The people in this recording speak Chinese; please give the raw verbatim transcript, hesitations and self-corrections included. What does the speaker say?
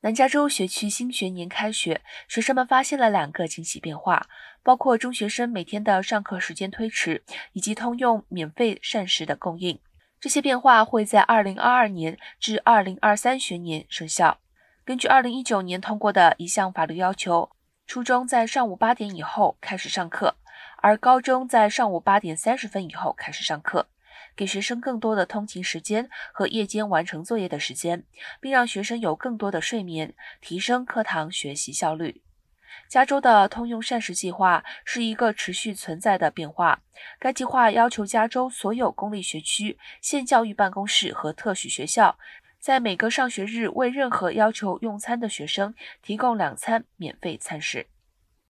南加州学区新学年开学，学生们发现了两个惊喜变化，包括中学生每天的上课时间推迟，以及通用免费膳食的供应。这些变化会在二零二二年至二零二三学年生效。根据二零一九年通过的一项法律要求，初中在上午八点以后开始上课，而高中在上午八点三十分以后开始上课。给学生更多的通勤时间和夜间完成作业的时间，并让学生有更多的睡眠，提升课堂学习效率。加州的通用膳食计划是一个持续存在的变化。该计划要求加州所有公立学区、县教育办公室和特许学校，在每个上学日为任何要求用餐的学生提供两餐免费餐食。